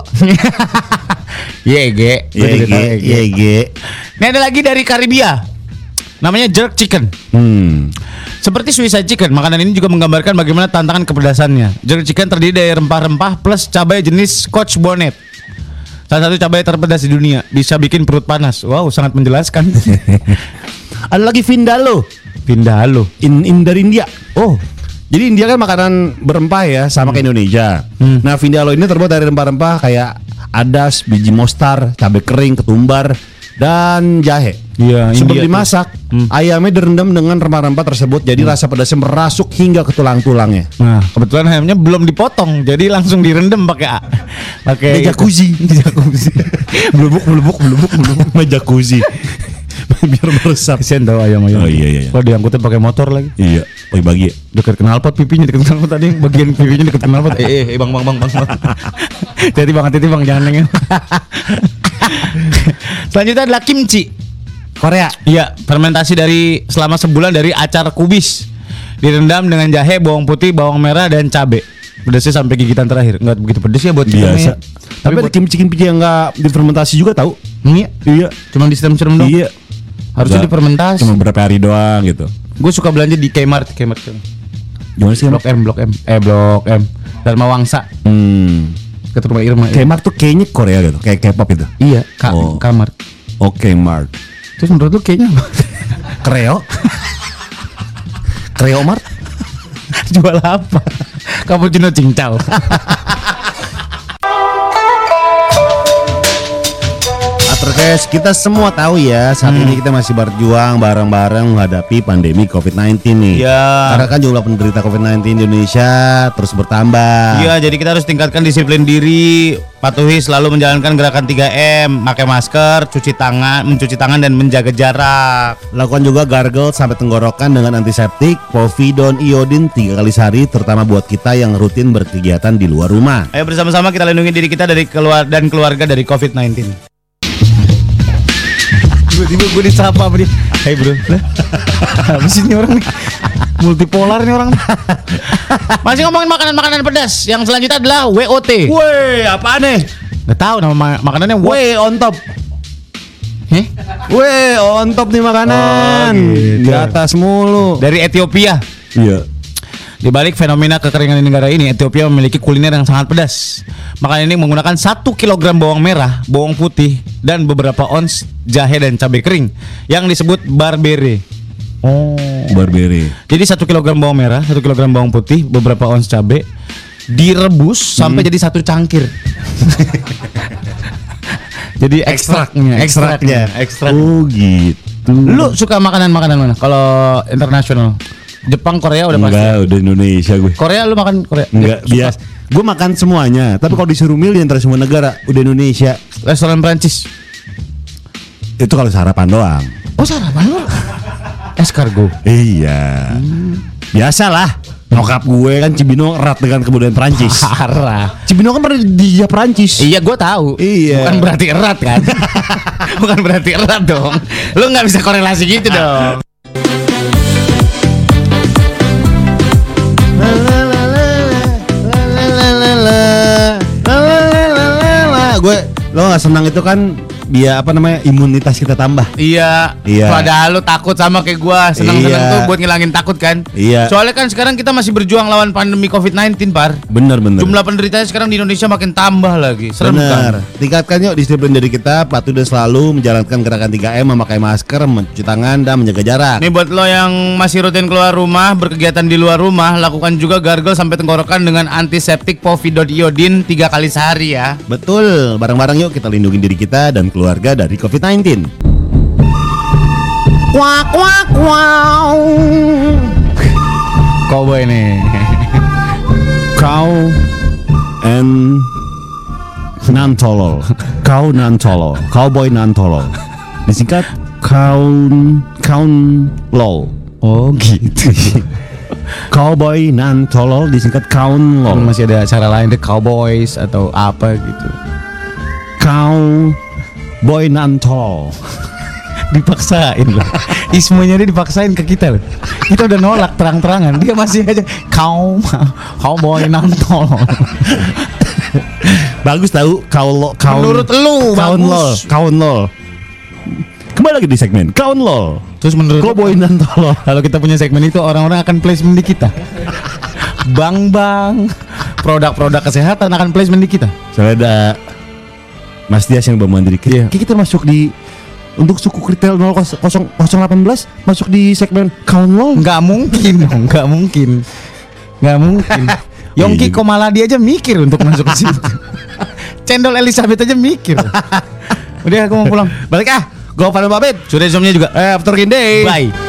Y G. Gua Y juga G tahu Y G. Y G. Ini ada lagi dari Karibia. Namanya jerk chicken. Hmm. Seperti suicide chicken, makanan ini juga menggambarkan bagaimana tantangan kepedasannya. Jerk chicken terdiri dari rempah-rempah plus cabai jenis Scotch bonnet. Salah satu cabai terpedas di dunia, bisa bikin perut panas. Wow, sangat menjelaskan. Ada lagi Vindaloo. Vindaloo. In, in dari India. Oh. Jadi India kan makanan berempah ya, sama kayak Indonesia. Hmm. Nah, Vindaloo ini terbuat dari rempah-rempah kayak adas, biji mostar, cabai kering, ketumbar, dan jahe. Iya, Sebelum India tuh. dimasak, Hmm. ayamnya direndam dengan rempah-rempah tersebut, jadi rasa pedasnya merasuk hingga ke tulang-tulangnya. Nah, kebetulan ayamnya belum dipotong, jadi langsung direndam pakai a- pakai Di jacuzzi. Di jacuzzi. Belubuk, belubuk, belubuk, belubuk, sama jacuzzi. Biar meresap. Kasian tau ayam-ayam. Oh, iya, iya, iya. Kalau diangkutin pakai motor lagi. Iya, oh bagi ya. Dekat knalpot pipinya, dekat knalpot tadi bagian pipinya dekat knalpot. Eh, eh, eh, bang, bang, bang, bang, bang. Jadi bang, hati-hati bang, jangan nengel. Selanjutnya adalah kimchi. Korea. Iya, fermentasi dari selama sebulan dari acar kubis. Direndam dengan jahe, bawang putih, bawang merah, dan cabe. Pedasnya sampai gigitan terakhir. Enggak begitu pedes ya buat kita Biasa. ya. Tapi ada kimchi-kimchi yang nggak difermentasi juga tahu? Iya, Iya. cuma disiram-siram doang. Iya. Harusnya Nggak- difermentasi. Cuma berapa hari doang gitu. Gue suka belanja di Kmart, Kmart. Gimana sih? Blok M, Blok M. Eh, Blok M. Dharma Wangsa. Hmm. Ke rumah Irma. Kmart tuh kayaknya Korea gitu, kayak K-pop itu. Iya, K Oh. Kmart. Oke, Mart. Terus menurut lu kayaknya apa? Kreo. Kreo Mart. Jual apa? Cappuccino cincau. Guys, kita semua tahu ya saat Hmm. ini kita masih berjuang bareng-bareng menghadapi pandemi covid sembilan belas nih. Iya. Karena kan jumlah penderita covid sembilan belas di Indonesia terus bertambah. Iya, jadi kita harus tingkatkan disiplin diri, patuhi selalu menjalankan gerakan tiga M, pakai masker, cuci tangan, mencuci tangan dan menjaga jarak. Lakukan juga gargle sampai tenggorokan dengan antiseptik, povidone iodin tiga kali sehari, terutama buat kita yang rutin berkegiatan di luar rumah. Ayo bersama-sama kita lindungi diri kita dari keluar dan keluarga dari covid sembilan belas. Tiba-tiba gue disapa sama dia. Hai bro. Lah, apa sih ini orang nih? Multipolar nih orang. Masih ngomongin makanan-makanan pedas. Yang selanjutnya adalah W O T. Woi, apaan nih? Gak tahu nama ma- makanannya. Woi, on top. Heh? Woi, on top nih makanan. Oh, gitu. Di atas mulu. Dari Ethiopia. Iya. Di balik fenomena kekeringan di negara ini, Ethiopia memiliki kuliner yang sangat pedas. Makanan ini menggunakan satu kilogram bawang merah, bawang putih, dan beberapa ons jahe dan cabai kering yang disebut barbere. Oh. Barbere. Jadi satu kilogram bawang merah, satu kilogram bawang putih, beberapa ons cabai direbus sampai jadi satu cangkir. Jadi ekstraknya, ekstraknya, ekstrak. Oh gitu. Lu suka makanan-makanan mana? Kalau internasional? Jepang, Korea udah pasti. Enggak, udah Indonesia gue. Korea lu makan Korea? Enggak, Suka. biasa. Gue makan semuanya, tapi kalau disuruh milih antara semua negara, udah Indonesia. Restoran Prancis. Itu kalau sarapan doang. Oh sarapan lu? Escargot. Iya. Biasalah. Nyokap gue kan Cibinong erat dengan kebudayaan Prancis. Parah. Cibinong kan pernah di Prancis. Iya gue tahu. Iya. Bukan berarti erat kan? Bukan berarti erat dong. Lu nggak bisa korelasi gitu dong. Gue lo nggak senang itu kan biar apa namanya imunitas kita tambah. Iya. Iya. Padahal lu takut sama kayak gua. Seneng-seneng Iya. tuh buat ngilangin takut kan. Iya. Soalnya kan sekarang kita masih berjuang lawan pandemi covid sembilan belas, Par. Bener bener. Jumlah penderitanya sekarang di Indonesia makin tambah lagi. Serem Bener. kan? Tingkatkan yuk disiplin diri kita, patuh dan selalu menjalankan gerakan tiga M, memakai masker, mencuci tangan dan menjaga jarak. Nih buat lo yang masih rutin keluar rumah, berkegiatan di luar rumah, lakukan juga gargle sampai tenggorokan dengan antiseptik povidone iodin tiga kali sehari ya. Betul, bareng-bareng yuk kita lindungi diri kita dan keluarga dari covid sembilan belas. Kuak kuak wow. Cowboy nih. Kau and non-tolol. Kau non-tolol. Cowboy non-tolol. Disingkat kaun kaun lol. Oh gitu. Cowboy non-tolol disingkat kaun lol. Masih ada cara lain deh, Cowboys atau apa gitu. Kau boy non-tolol. Dipaksain loh. Ismenya dia dipaksain ke kita loh. Kita udah nolak terang-terangan, dia masih aja kau cowboy nantol. Bagus tahu kau lo kaun. Menurut lu kaun lol, bagus. kaun lol. Kembali lagi di segmen kaun lol. Terus menurut Cowboy non-tolol. kalau kita punya segmen itu orang-orang akan placement di kita. Bang-bang produk-produk kesehatan akan placement di kita. Soalnya ada Mas Dias yang bawa mandiri. Iya. Kita masuk di untuk suku kritel nol nol nol satu delapan masuk di segmen kaun lol. Nggak mungkin dong, nggak mungkin, nggak mungkin. Yongki Iya juga. Komaladi aja mikir untuk masuk ke situ. Cendol Elizabeth aja mikir. Udah aku mau pulang. Balik ah. Gua Fadil Babit. Sudah zoomnya juga. Eh, after game day. Bye.